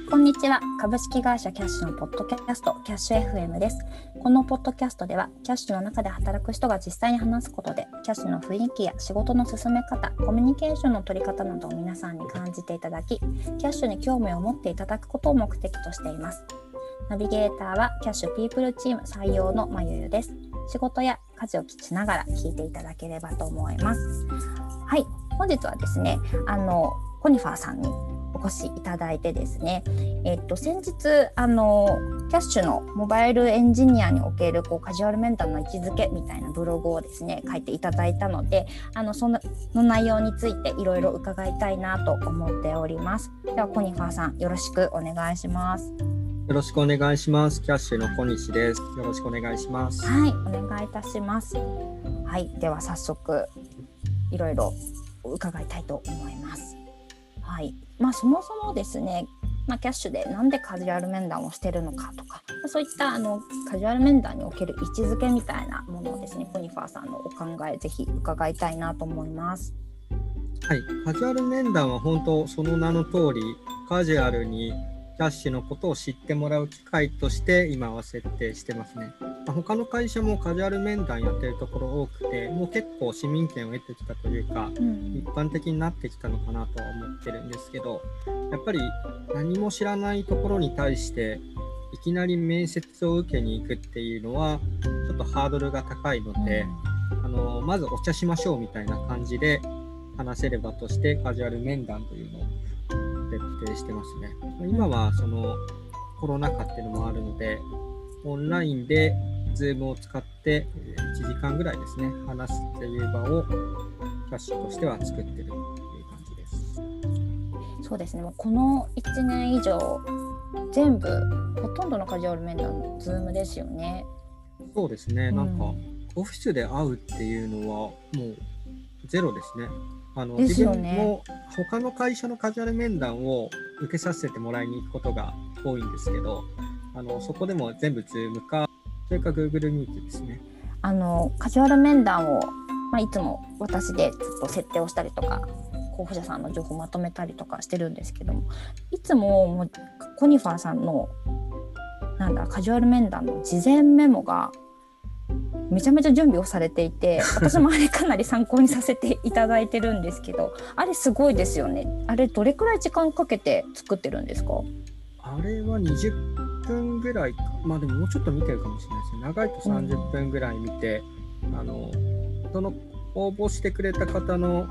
こんにちは。株式会社キャッシュのポッドキャストキャッシュ FM です。このポッドキャストではキャッシュの中で働く人が実際に話すことでキャッシュの雰囲気や仕事の進め方、コミュニケーションの取り方などを皆さんに感じていただき、キャッシュに興味を持っていただくことを目的としています。ナビゲーターはキャッシュピープルチーム採用のまゆゆです。仕事や家事をしながら聞いていただければと思います。はい、本日はですね、コニファーさんにお越しいただいてですね、先日キャッシュのモバイルエンジニアにおけるカジュアル面談の位置づけみたいなブログをですね書いていただいたので、その内容についていろいろ伺いたいなと思っております。ではコニファーさん、よろしくお願いします。 よろしくお願いします。キャッシュの小西です。よろしくお願いします。 はい、お願いいたします。はい、では早速いろいろ伺いたいと思います。はい、そもそもですね、キャッシュでなんでカジュアル面談をしているのかとか、そういったカジュアル面談における位置づけみたいなものをですね、コニファーさんのお考えぜひ伺いたいなと思います。 はい、カジュアル面談は本当その名の通りカジュアルにキャッシュのことを知ってもらう機会として今は設定してますね。他の会社もカジュアル面談やってるところ多くて、もう結構市民権を得てきたというか、一般的になってきたのかなとは思ってるんですけど、やっぱり何も知らないところに対していきなり面接を受けに行くっていうのはちょっとハードルが高いので、まずお茶しましょうみたいな感じで話せればとしてカジュアル面談というのを徹底してますね。今はそのコロナ禍っていうのもあるので、オンラインで Zoom を使って1時間ぐらいですね、話すっていう場をキャッシュとしては作ってるという感じです。 そうですね、この1年以上全部ほとんどのカジュアル面談 Zoom ですよね。 そうですね、なんかオフィスで会うっていうのはもうゼロですね。自分も他の会社のカジュアル面談を受けさせてもらいに行くことが多いんですけど、そこでも全部 Zoom か、それか Google Meet ですね。 カジュアル面談を、いつも私でちょっと設定をしたりとか、候補者さんの情報をまとめたりとかしてるんですけども、いつもコニファーさんのカジュアル面談の事前メモがめちゃめちゃ準備をされていて、私もあれかなり参考にさせていただいてるんですけど、あれすごいですよね。あれどれくらい時間かけて作ってるんですか？ あれは20分ぐらい、でももうちょっと見てるかもしれないですね。長いと30分ぐらい見て、その応募してくれた方の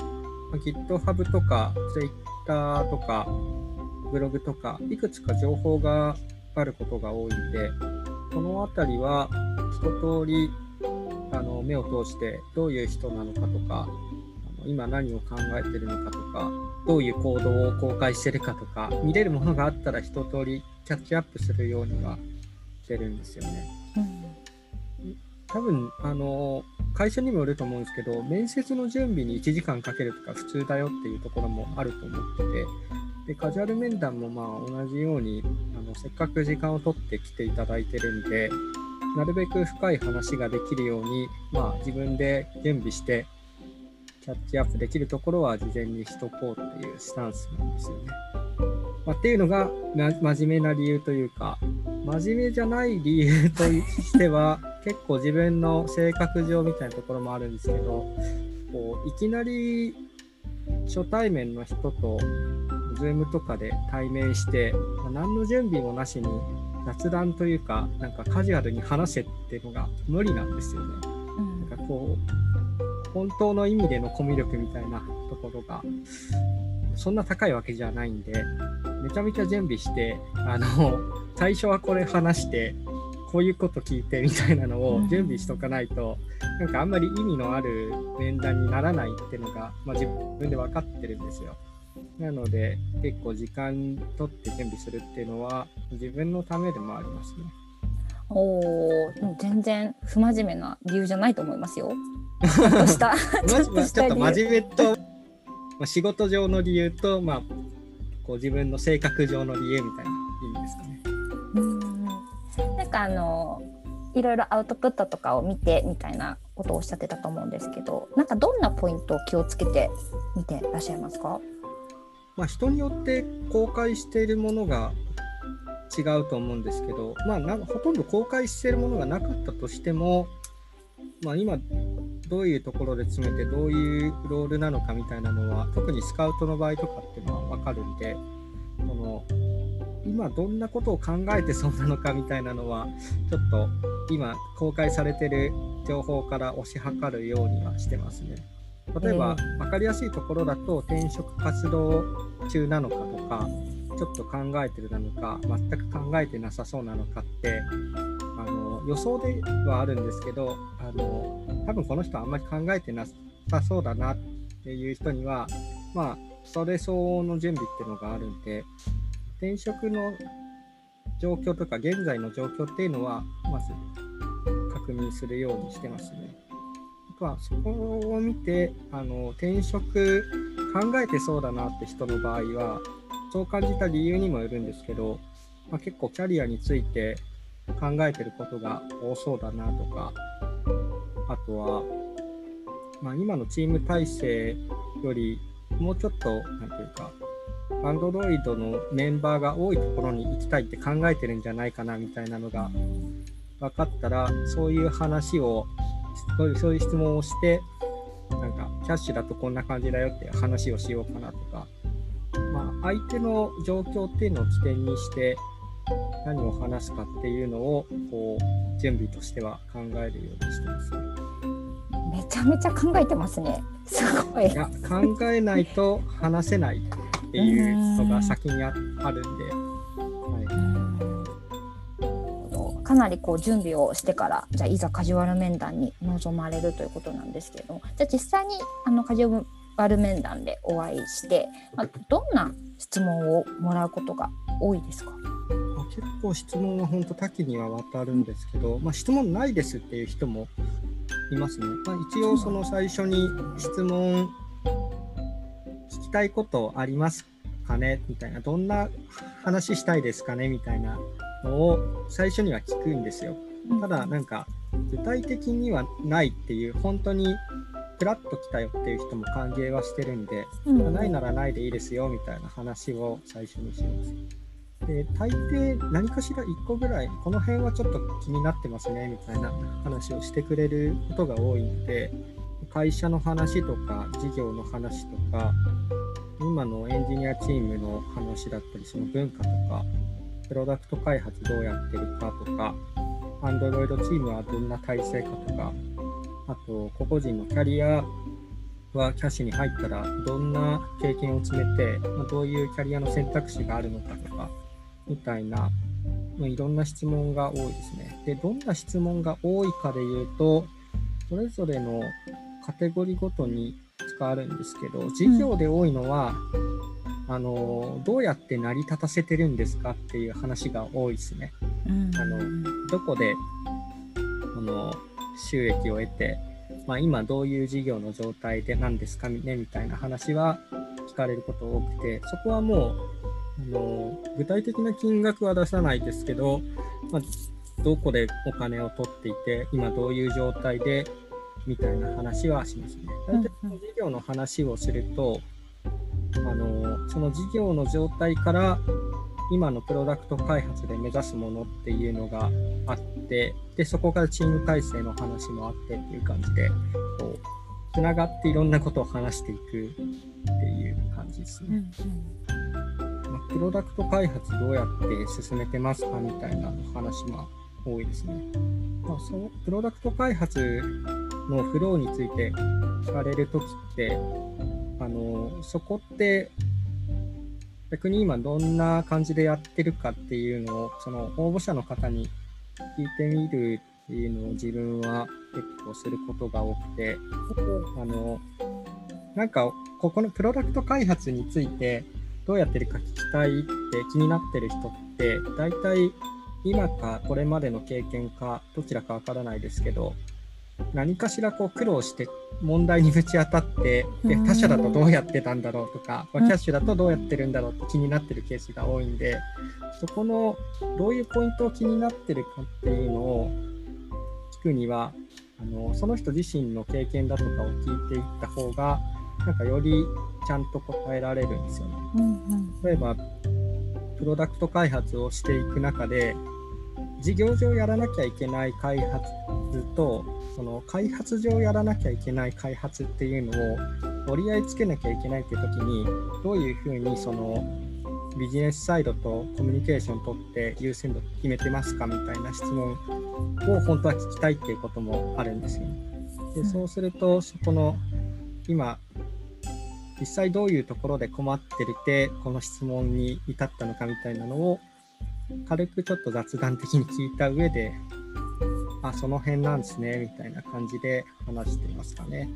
GitHub とか Twitter とかブログとかいくつか情報があることが多いんで、そのあたりは一通り目を通してどういう人なのかとか、今何を考えてるのかとか、どういう行動を公開してるかとか、見れるものがあったら一通りキャッチアップするようにはしてるんですよね。多分会社にもよると思うんですけど、面接の準備に1時間かけるとか普通だよっていうところもあると思ってて、でカジュアル面談も同じようにせっかく時間を取ってきていただいてるんで、なるべく深い話ができるように、自分で準備してキャッチアップできるところは事前にしとこうっていうスタンスなんですよね。っていうのが真面目な理由というか、真面目じゃない理由としては結構自分の性格上みたいなところもあるんですけど、いきなり初対面の人と Zoom とかで対面して、何の準備もなしに雑談というか、カジュアルに話せっていうのが無理なんですよね。本当の意味でのコミュ力みたいなところがそんな高いわけじゃないんで、めちゃめちゃ準備して最初はこれ話してこういうこと聞いてみたいなのを準備しとかないと、あんまり意味のある面談にならないっていうのが、自分で分かってるんですよ。なので結構時間取って準備するっていうのは自分のためでもありますね。 全然不真面目な理由じゃないと思いますよ。ちょっとしたちょっと真面目と、仕事上の理由と、自分の性格上の理由みたいな意味ですかね。 いろいろアウトプットとかを見てみたいなことをおっしゃってたと思うんですけど、どんなポイントを気をつけて見てらっしゃいますか？ 人によって公開しているものが違うと思うんですけど、ほとんど公開しているものがなかったとしても、今どういうところで詰めてどういうロールなのかみたいなのは、特にスカウトの場合とかっていうのは分かるんで、今どんなことを考えてそうなのかみたいなのはちょっと今公開されてる情報から推し量るようにはしてますね。例えば分かりやすいところだと、転職活動中なのかとか、ちょっと考えてるなのか、全く考えてなさそうなのかって予想ではあるんですけど、多分この人はあんまり考えてなさそうだなっていう人には、それ相応の準備っていうのがあるんで、転職の状況とか現在の状況っていうのはまず確認するようにしてますね。あとはそこを見て転職考えてそうだなって人の場合は、そう感じた理由にもよるんですけど、結構キャリアについて考えてることが多そうだなとか、あとは、今のチーム体制よりもうちょっとなんていうか、Android のメンバーが多いところに行きたいって考えてるんじゃないかなみたいなのが分かったら、そういう話をそういう質問をして、なんかキャッシュだとこんな感じだよって話をしようかなとか、相手の状況っていうのを起点にして何を話すかっていうのを準備としては考えるようにしてますね。 めちゃめちゃ考えてますね。すごい。 いや、考えないと話せないっていうのが先にあるんで、 かなり準備をしてから、じゃあいざカジュアル面談に臨まれるということなんですけど、じゃあ実際にカジュアル面談でお会いして、どんな質問をもらうことが多いですか？ 結構質問は本当多岐にはわたるんですけど、質問ないですっていう人もいますね。一応その最初に質問聞きたいことありますかねみたいな、どんな話したいですかねみたいなのを最初には聞くんですよ。ただなんか具体的にはないっていう、本当にフラッと来たよっていう人も歓迎はしてるんで、ないならないでいいですよみたいな話を最初にします。で、大抵何かしら1個ぐらいこの辺はちょっと気になってますねみたいな話をしてくれることが多いので、会社の話とか事業の話とか、今のエンジニアチームの話だったり、その文化とかプロダクト開発どうやってるかとか、Android チームはどんな体制かとか、あと個々人のキャリアはキャッシュに入ったらどんな経験を積めて、どういうキャリアの選択肢があるのかとかみたいな、いろんな質問が多いですね。で、どんな質問が多いかでいうと、それぞれのカテゴリーごとに変わるんですけど、事業で多いのは、どうやって成り立たせてるんですかっていう話が多いですね。どこで収益を得て、今どういう事業の状態で何ですかねみたいな話は聞かれること多くて、そこはもう具体的な金額は出さないですけど、どこでお金を取っていて今どういう状態でみたいな話はしますね。大体事業の話をすると、その事業の状態から今のプロダクト開発で目指すものっていうのがあって、でそこからチーム体制の話もあってっていう感じでつながっていろんなことを話していくっていう感じですね。プロダクト開発どうやって進めてますかみたいな話も多いですね。そのプロダクト開発のフローについて聞かれるときってそこって逆に今どんな感じでやってるかっていうのをその応募者の方に聞いてみるっていうのを自分は結構することが多くて、なんかここのプロダクト開発についてどうやってるか聞きたいって気になってる人って大体今かこれまでの経験かどちらかわからないですけど、何かしら苦労して問題にぶち当たってで他社だとどうやってたんだろうとか、キャッシュだとどうやってるんだろうって気になってるケースが多いんで、そこのどういうポイントを気になってるかっていうのを聞くにはその人自身の経験だとかを聞いていった方がなんかよりちゃんと答えられるんですよね。例えばプロダクト開発をしていく中で、事業上やらなきゃいけない開発と、その開発上やらなきゃいけない開発っていうのを折り合いつけなきゃいけないっていう時に、どういうふうにそのビジネスサイドとコミュニケーションを取って優先度決めてますかみたいな質問を本当は聞きたいっていうこともあるんですよね。で、そうするとそこの今実際どういうところで困っててこの質問に至ったのかみたいなのを軽くちょっと雑談的に聞いた上で、あ、その辺なんですねみたいな感じで話していますかね。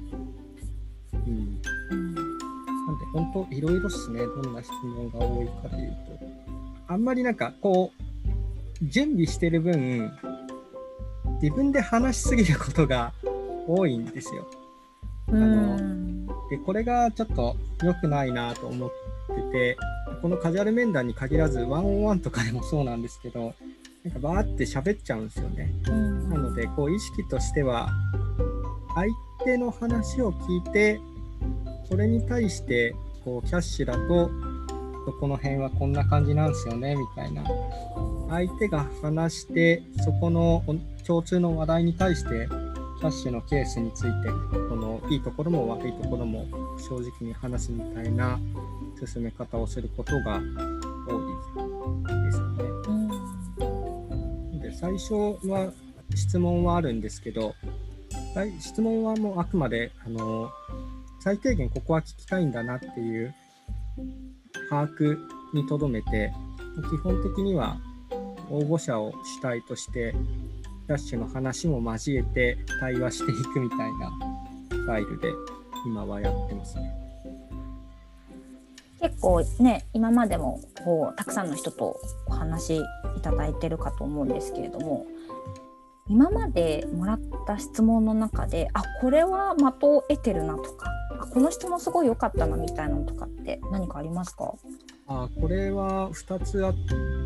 なんで本当いろいろですね。どんな質問が多いかというと、あんまりなんかこう準備してる分自分で話しすぎることが多いんですよ。でこれがちょっと良くないなと思ってて、このカジュアル面談に限らずワンオンワンとかでもそうなんですけど、なんかバーって喋っちゃうんですよね。なのでこう意識としては相手の話を聞いて、それに対してこうキャッシュだとこの辺はこんな感じなんですよねみたいな、相手が話してそこの共通の話題に対してキャッシュのケースについてこのいいところも悪いところも正直に話すみたいな進め方をすることが多いですよね。で最初は質問はあるんですけど、質問はもうあくまで最低限ここは聞きたいんだなっていう把握にとどめて、基本的には応募者を主体としてキャッシュの話も交えて対話していくみたいなスタイルで今はやってますね。 結構ね、今までもこうたくさんの人とお話いただいてるかと思うんですけれども、今までもらった質問の中で、あ、これは的を得てるなとか、あ、この質問すごい良かったなみたいなのとかって何かありますか？ これは2つあって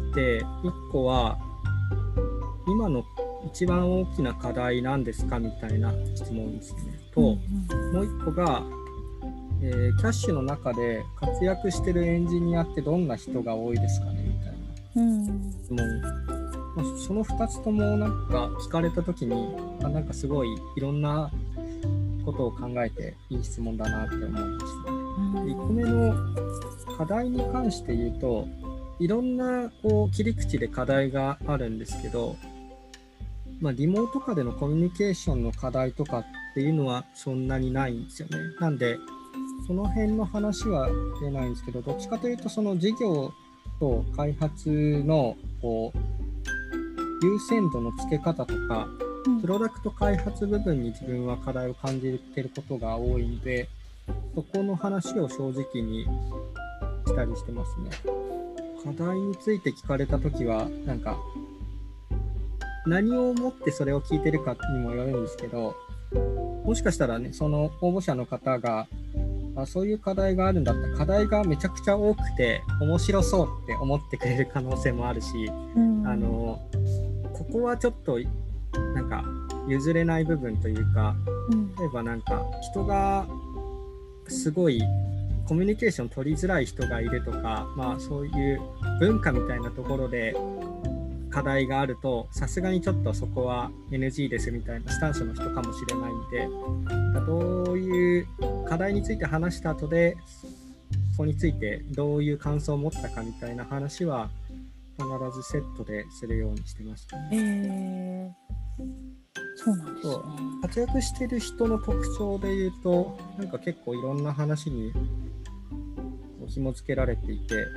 、1個は今の一番大きな課題なんですかみたいな質問ですね。と、もう1個が、キャッシュの中で活躍してるエンジニアってどんな人が多いですかねみたいな質問。その2つともなんか聞かれた時に、なんかすごいいろんなことを考えていい質問だなって思いましたね。1個目の課題に関して言うと、いろんなこう切り口で課題があるんですけど、リモート下でのコミュニケーションの課題とかっていうのはそんなにないんですよね。なんでその辺の話は出ないんですけど、どっちかというとその事業と開発のこう優先度の付け方とか、プロダクト開発部分に自分は課題を感じていることが多いので、そこの話を正直にしたりしてますね。課題について聞かれたときは、なんか何をもってそれを聞いてるかにもよるんですけど、もしかしたらね、その応募者の方がそういう課題があるんだったら、課題がめちゃくちゃ多くて面白そうって思ってくれる可能性もあるし、ここはちょっとなんか譲れない部分というか、例えばなんか人がすごいコミュニケーション取りづらい人がいるとか、そういう文化みたいなところで課題があると、さすがにちょっとそこは NG ですみたいなスタンスの人かもしれないんで、どういう課題について話した後でそこについてどういう感想を持ったかみたいな話は必ずセットでするようにしてましたね。 そうなんですね。 活躍してる人の特徴でいうと、なんか結構いろんな話に紐付けられていて、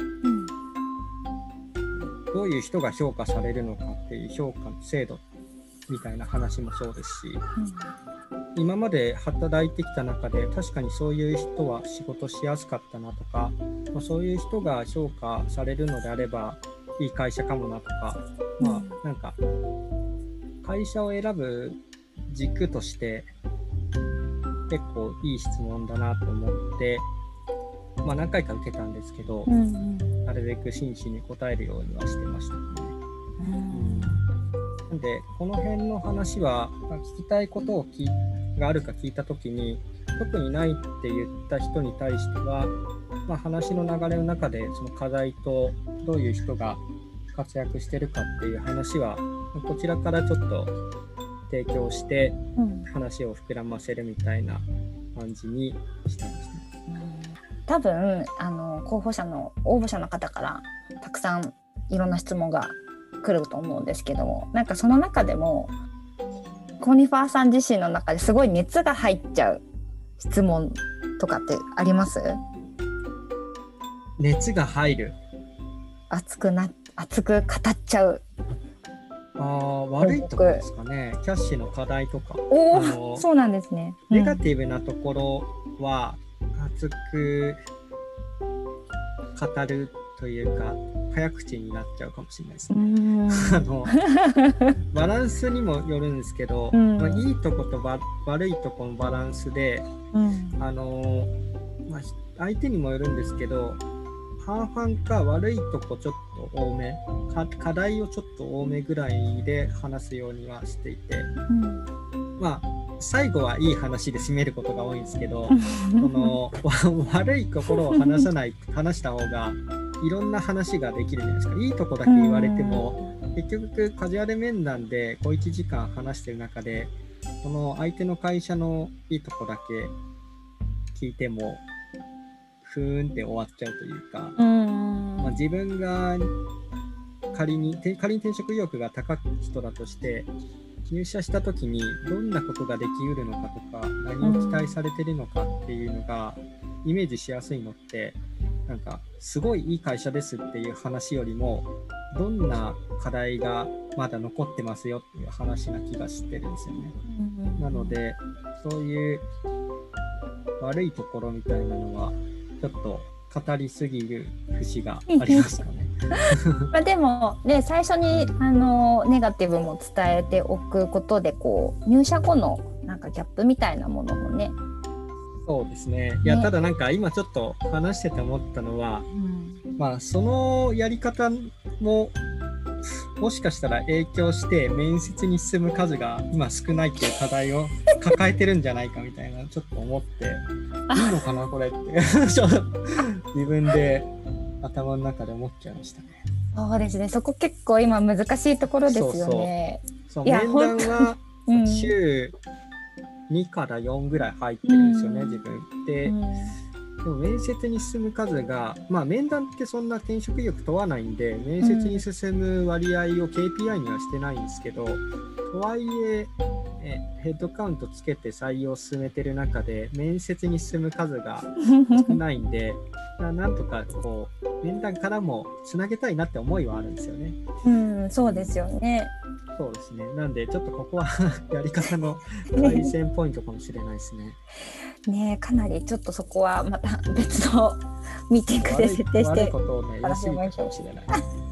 どういう人が評価されるのかっていう評価の制度みたいな話もそうですし、今まで働いてきた中で確かにそういう人は仕事しやすかったなとか、そういう人が評価されるのであればいい会社かもなとか、なんか会社を選ぶ軸として結構いい質問だなと思って、何回か受けたんですけど、なるべく真摯に答えるようにはしてましたね。なんでこの辺の話は聞きたいことがあるか聞いたときに、 特にないって言った人に対しては、話の流れの中でその課題とどういう人が活躍してるかっていう話はこちらからちょっと提供して話を膨らませるみたいな感じにしてますね。 多分応募者の方からたくさんいろんな質問が来ると思うんですけども、なんかその中でもコニファーさん自身の中ですごい熱が入っちゃう質問とかってあります？ 熱が入る、 熱く語っちゃう。 悪いところですかね。キャッシュの課題とか。 そうなんですね。 ネガティブなところは熱く語るというか早口になっちゃうかもしれないですね。バランスにもよるんですけど、いいとこと悪いとこのバランスで、相手にもよるんですけど、半々か悪いとこちょっと多め、課題をちょっと多めぐらいで話すようにはしていて、最後はいい話で締めることが多いんですけど悪いところを話した方がいろんな話ができるじゃないですか。いいとこだけ言われても結局カジュアル面談で小1時間話してる中でこの相手の会社のいいとこだけ聞いてもふーんって終わっちゃうというか、自分が仮に転職意欲が高い人だとして入社した時にどんなことができうるのかとか何を期待されてるのかっていうのがイメージしやすいのって、なんかすごいいい会社ですっていう話よりもどんな課題がまだ残ってますよっていう話な気がしてるんですよね。なのでそういう悪いところみたいなのはちょっと語りすぎる節がありますかね。 でもね、最初にネガティブも伝えておくことで入社後のなんかギャップみたいなものもね。 そうですね。いや、ただなんか今ちょっと話してて思ったのは、そのやり方ももしかしたら影響して面接に進む数が今少ないっていう課題を抱えてるんじゃないかみたいなちょっと思っていいのかなこれって自分で頭の中で思っちゃいましたね。 そうですね。そこ結構今難しいところですよね。 そう面談は週2から4ぐらい入ってるんですよね、自分で。でも面接に進む数が、面談ってそんな転職意欲問わないんで面接に進む割合を KPI にはしてないんですけど、とはいえヘッドカウントつけて採用を進めてる中で面接に進む数が少ないんでなんとか面談からもつなげたいなって思いはあるんですよね。 そうですよね。 そうですね。なんでちょっとここはやり方の改善ポイントかもしれないですね。 ね、かなりちょっとそこはまた別のミーティングで設定して悪いことをね言い過ぎたかもしれない。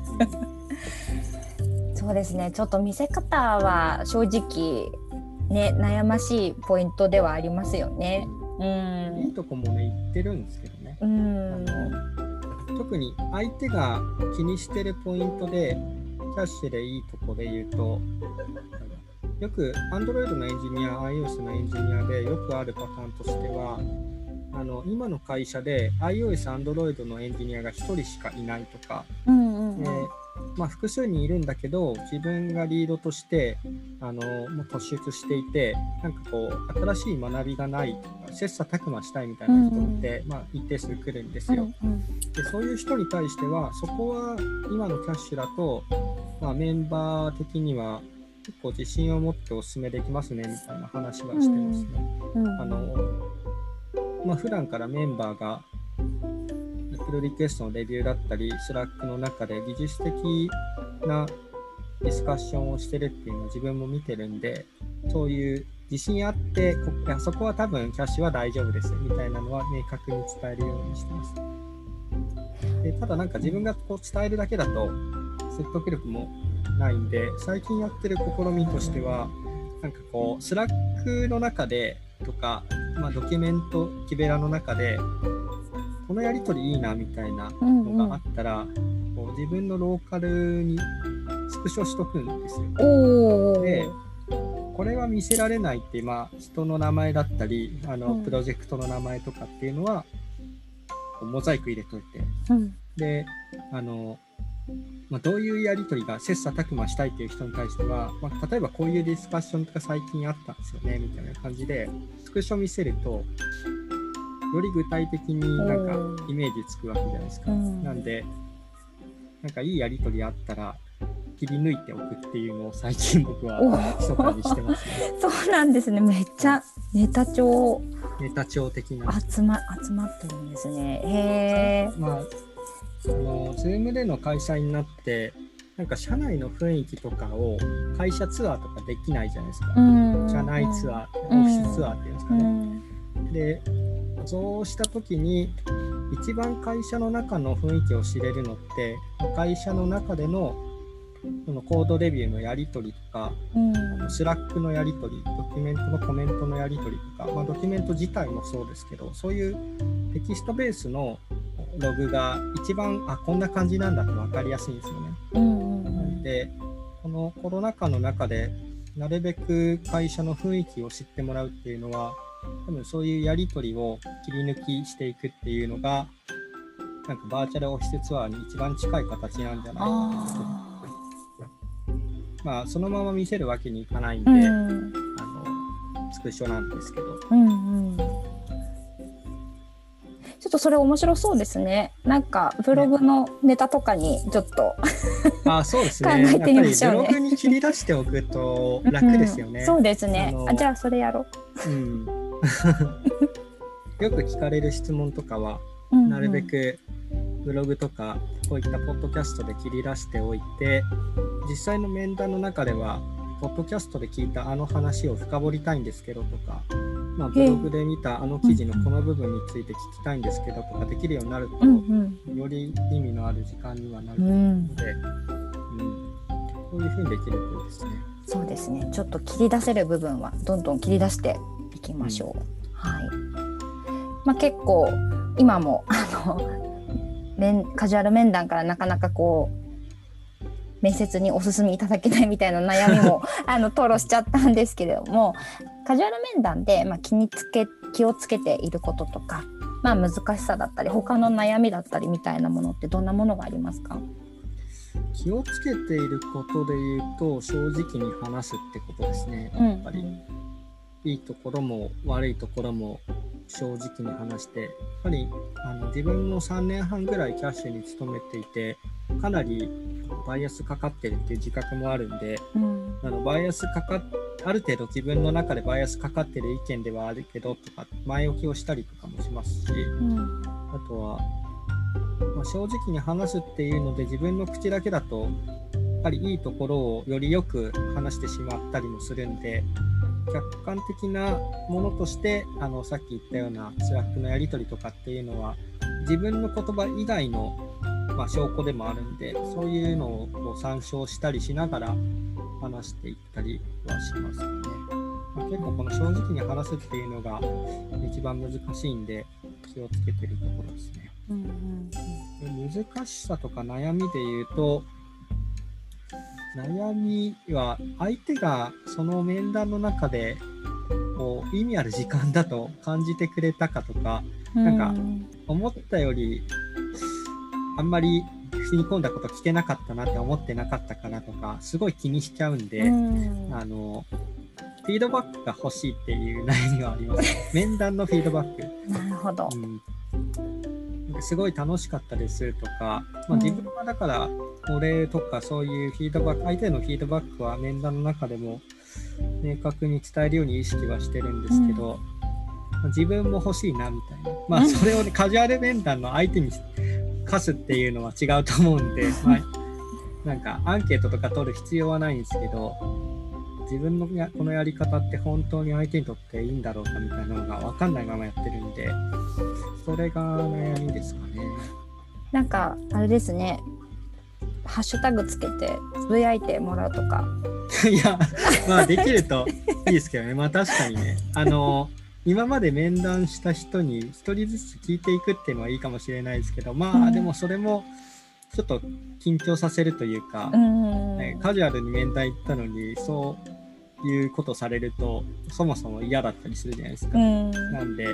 そうですね。ちょっと見せ方は正直ね悩ましいポイントではありますよね。 いいとこもね言ってるんですけどね。特に相手が気にしてるポイントでキャッシュでいいとこで言うと、よく Android のエンジニア iOS のエンジニアでよくあるパターンとしては今の会社で iOS、Android のエンジニアが1人しかいないとか、複数人いるんだけど自分がリードとしてもう突出していてなんか新しい学びがないとか切磋琢磨したいみたいな人って、一定数来るんですよ。でそういう人に対してはそこは今のキャッシュだと、メンバー的には結構自信を持ってお勧めできますねみたいな話はしてますね。普段からメンバーがプロリクエストのレビューだったりスラックの中で技術的なディスカッションをしてるっていうのを自分も見てるんで、そういう自信あってそこは多分キャッシュは大丈夫ですみたいなのは明確に伝えるようにしてます。でただなんか自分が伝えるだけだと説得力もないんで、最近やってる試みとしてはなんかスラックの中でとか、ドキュメントキベラの中でこのやり取りいいなみたいなのがあったら、自分のローカルにスクショしとくんですよ。でこれは見せられないって、人の名前だったりプロジェクトの名前とかっていうのはモザイク入れといて、でどういうやり取りが切磋琢磨したいっていう人に対しては、例えばこういうディスカッションとか最近あったんですよねみたいな感じでスクショ見せるとより具体的になんかイメージつくわけじゃないですか。なんでなんかいいやり取りあったら切り抜いておくっていうのを最近僕は密かにしてますね。 そうなんですね。めっちゃネタ帳的な集まってるんですね。へー。 Zoom での開催になってなんか社内の雰囲気とかを会社ツアーとかできないじゃないですか。社内ツアー、オフィスツアーっていうんですかね。でそうした時に一番会社の中の雰囲気を知れるのって会社の中でのそのコードレビューのやり取りとか、スラックのやり取り、ドキュメントのコメントのやり取りとか、ドキュメント自体もそうですけど、そういうテキストベースのログが一番こんな感じなんだって分かりやすいんですよね。でこのコロナ禍の中でなるべく会社の雰囲気を知ってもらうっていうのは多分そういうやり取りを切り抜きしていくっていうのがなんかバーチャルオフィスツアーに一番近い形なんじゃないかなと。そのまま見せるわけにいかないんで、スクショなんですけど、 ちょっとそれ面白そうですね。なんかブログのネタとかにちょっとそうですね。 考えてみましょうね。 やっぱりブログに切り出しておくと楽ですよね。 そうですね。じゃあそれやろう。 よく聞かれる質問とかは、なるべくブログとかこういったポッドキャストで切り出しておいて、実際の面談の中ではポッドキャストで聞いた話を深掘りたいんですけどとか、ブログで見た記事のこの部分について聞きたいんですけどとかできるようになると、より意味のある時間にはなるので、こういうふうにできるといいですね。 そうですね。ちょっと切り出せる部分はどんどん切り出していきましょう。結構今もカジュアル面談からなかなか面接にお進みいただけないみたいな悩みも吐露しちゃったんですけれども、カジュアル面談で、気をつけていることとか、難しさだったり他の悩みだったりみたいなものってどんなものがありますか？ 気をつけていることで言うと正直に話すってことですね。やっぱり、いいところも悪いところも正直に話して、やっぱり自分も3年半ぐらいキャッシュに勤めていてかなりバイアスかかってるっていう自覚もあるんで、バイアスある程度自分の中でバイアスかかってる意見ではあるけどとか前置きをしたりとかもしますし、あとは、正直に話すっていうので自分の口だけだとやっぱりいいところをよりよく話してしまったりもするんで、客観的なものとしてさっき言ったようなスラックのやり取りとかっていうのは自分の言葉以外の、証拠でもあるんで、そういうのを参照したりしながら話していったりはしますよね。結構この正直に話すっていうのが一番難しいんで気をつけてるところですね。難しさとか悩みで言うと、悩みは相手がその面談の中で意味ある時間だと感じてくれたかとか、なんか思ったよりあんまり踏み込んだこと聞けなかったなって思ってなかったかなとかすごい気にしちゃうんで、フィードバックが欲しいっていう悩みはありますね。面談のフィードバック。 なるほど。 すごい楽しかったですとか、自分はだからお礼とかそういうフィードバック、相手のフィードバックは面談の中でも明確に伝えるように意識はしてるんですけど、自分も欲しいなみたいな、それを、カジュアル面談の相手に課すっていうのは違うと思うんで、なんかアンケートとか取る必要はないんですけど、自分のこのやり方って本当に相手にとっていいんだろうかみたいなのが分かんないままやってるんで、それが悩みですかね。 なんかあれですね、ハッシュタグつけてつぶやいてもらうとかいや、できるといいですけどね。確かにね、今まで面談した人に一人ずつ聞いていくっていうのはいいかもしれないですけど、でもそれもちょっと緊張させるというか、カジュアルに面談行ったのにそういうことされるとそもそも嫌だったりするじゃないですか。なんで、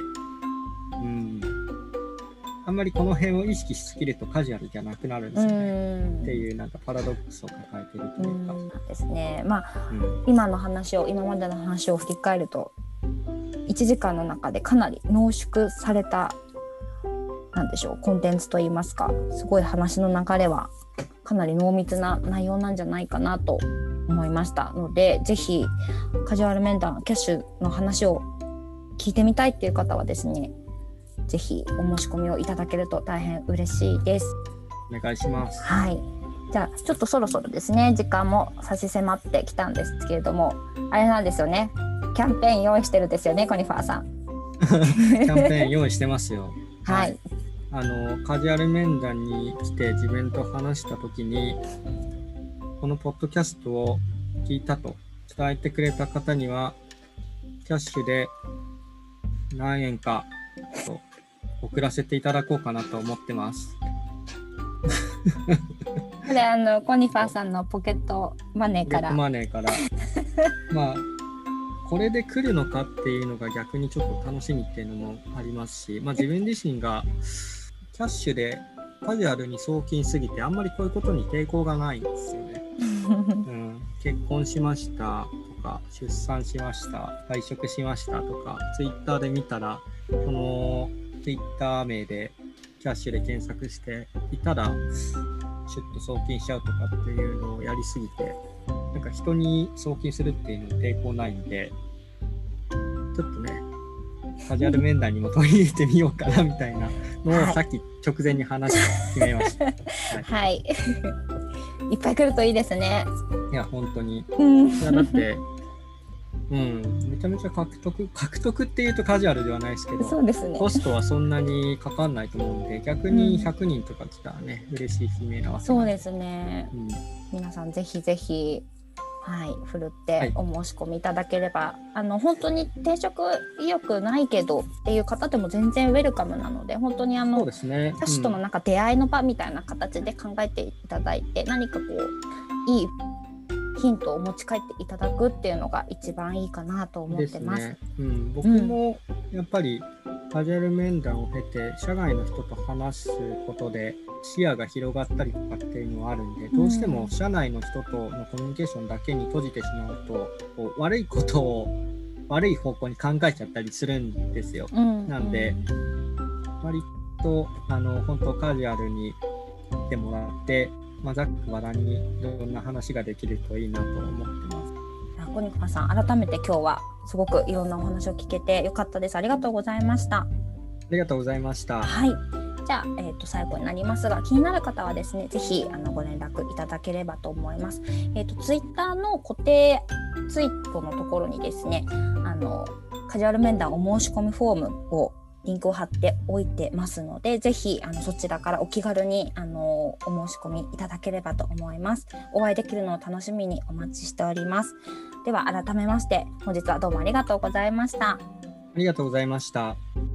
あんまりこの辺を意識しすぎるとカジュアルじゃなくなるんですよね。っていうなんかパラドックスを抱えているというか。 ですね。今までの話を振り返ると1時間の中でかなり濃縮されたコンテンツといいますか、すごい話の流れはかなり濃密な内容なんじゃないかなと思いましたので、ぜひカジュアル面談キャッシュの話を聞いてみたいっていう方はですね、ぜひお申し込みをいただけると大変嬉しいです。 お願いします。 はい、じゃあちょっとそろそろですね、時間も差し迫ってきたんですけれども、あれなんですよね、キャンペーン用意してるんですよね、コニファーさん。 キャンペーン用意してますよ。 はい、 カジュアル面談に来て自分と話した時にこのポッドキャストを聞いたと伝えてくれた方にはキャッシュで何円かと送らせていただこうかなと思ってます。 これコニファーさんのポケットマネーからまあこれで来るのかっていうのが逆にちょっと楽しみっていうのもありますし、自分自身がキャッシュでカジュアルに送金すぎてあんまりこういうことに抵抗がないんですよね。結婚しましたとか出産しました退職しましたとかツイッターで見たらこのツイッター名でキャッシュで検索していたらシュッと送金しちゃうとかっていうのをやりすぎて、なんか人に送金するっていうのに抵抗ないんで、ちょっとねカジュアル面談にも取り入れてみようかなみたいなのをさっき直前に話して決めました。 はい、いっぱい来るといいですね。 いや本当に、いやだってめちゃめちゃ獲得っていうとカジュアルではないですけど、 そうですね、 コストはそんなにかかんないと思うんで、逆に100人とか来たらね、嬉しい悲鳴なわけ。 そうですね、皆さんぜひぜひふるってお申し込みいただければ、本当に転職意欲ないけどっていう方でも全然ウェルカムなので、本当にそうですね、 キャッシュとのなんか出会いの場みたいな形で考えていただいて、何かこういいヒントを持ち帰っていただくっていうのが一番いいかなと思ってます。 ですね。僕もやっぱりカジュアル面談を経て社外の人と話すことで視野が広がったりとかっていうのはあるんで、どうしても社内の人とのコミュニケーションだけに閉じてしまうと、こう悪いことを悪い方向に考えちゃったりするんですよ。なんで割と本当カジュアルに来てもらって、ざっくばらんにいろんな話ができるといいなと思ってます。 コニファさん、改めて今日はすごくいろんなお話を聞けてよかったです。ありがとうございました。 ありがとうございました。 はい、じゃあ、最後になりますが、気になる方はですね、ぜひご連絡いただければと思います。ツイッターの固定ツイートのところにですね、カジュアル面談お申し込みフォームをリンクを貼っておいてますので、ぜひそちらからお気軽にお申し込みいただければと思います。お会いできるのを楽しみにお待ちしております。では改めまして本日はどうもありがとうございました。 ありがとうございました。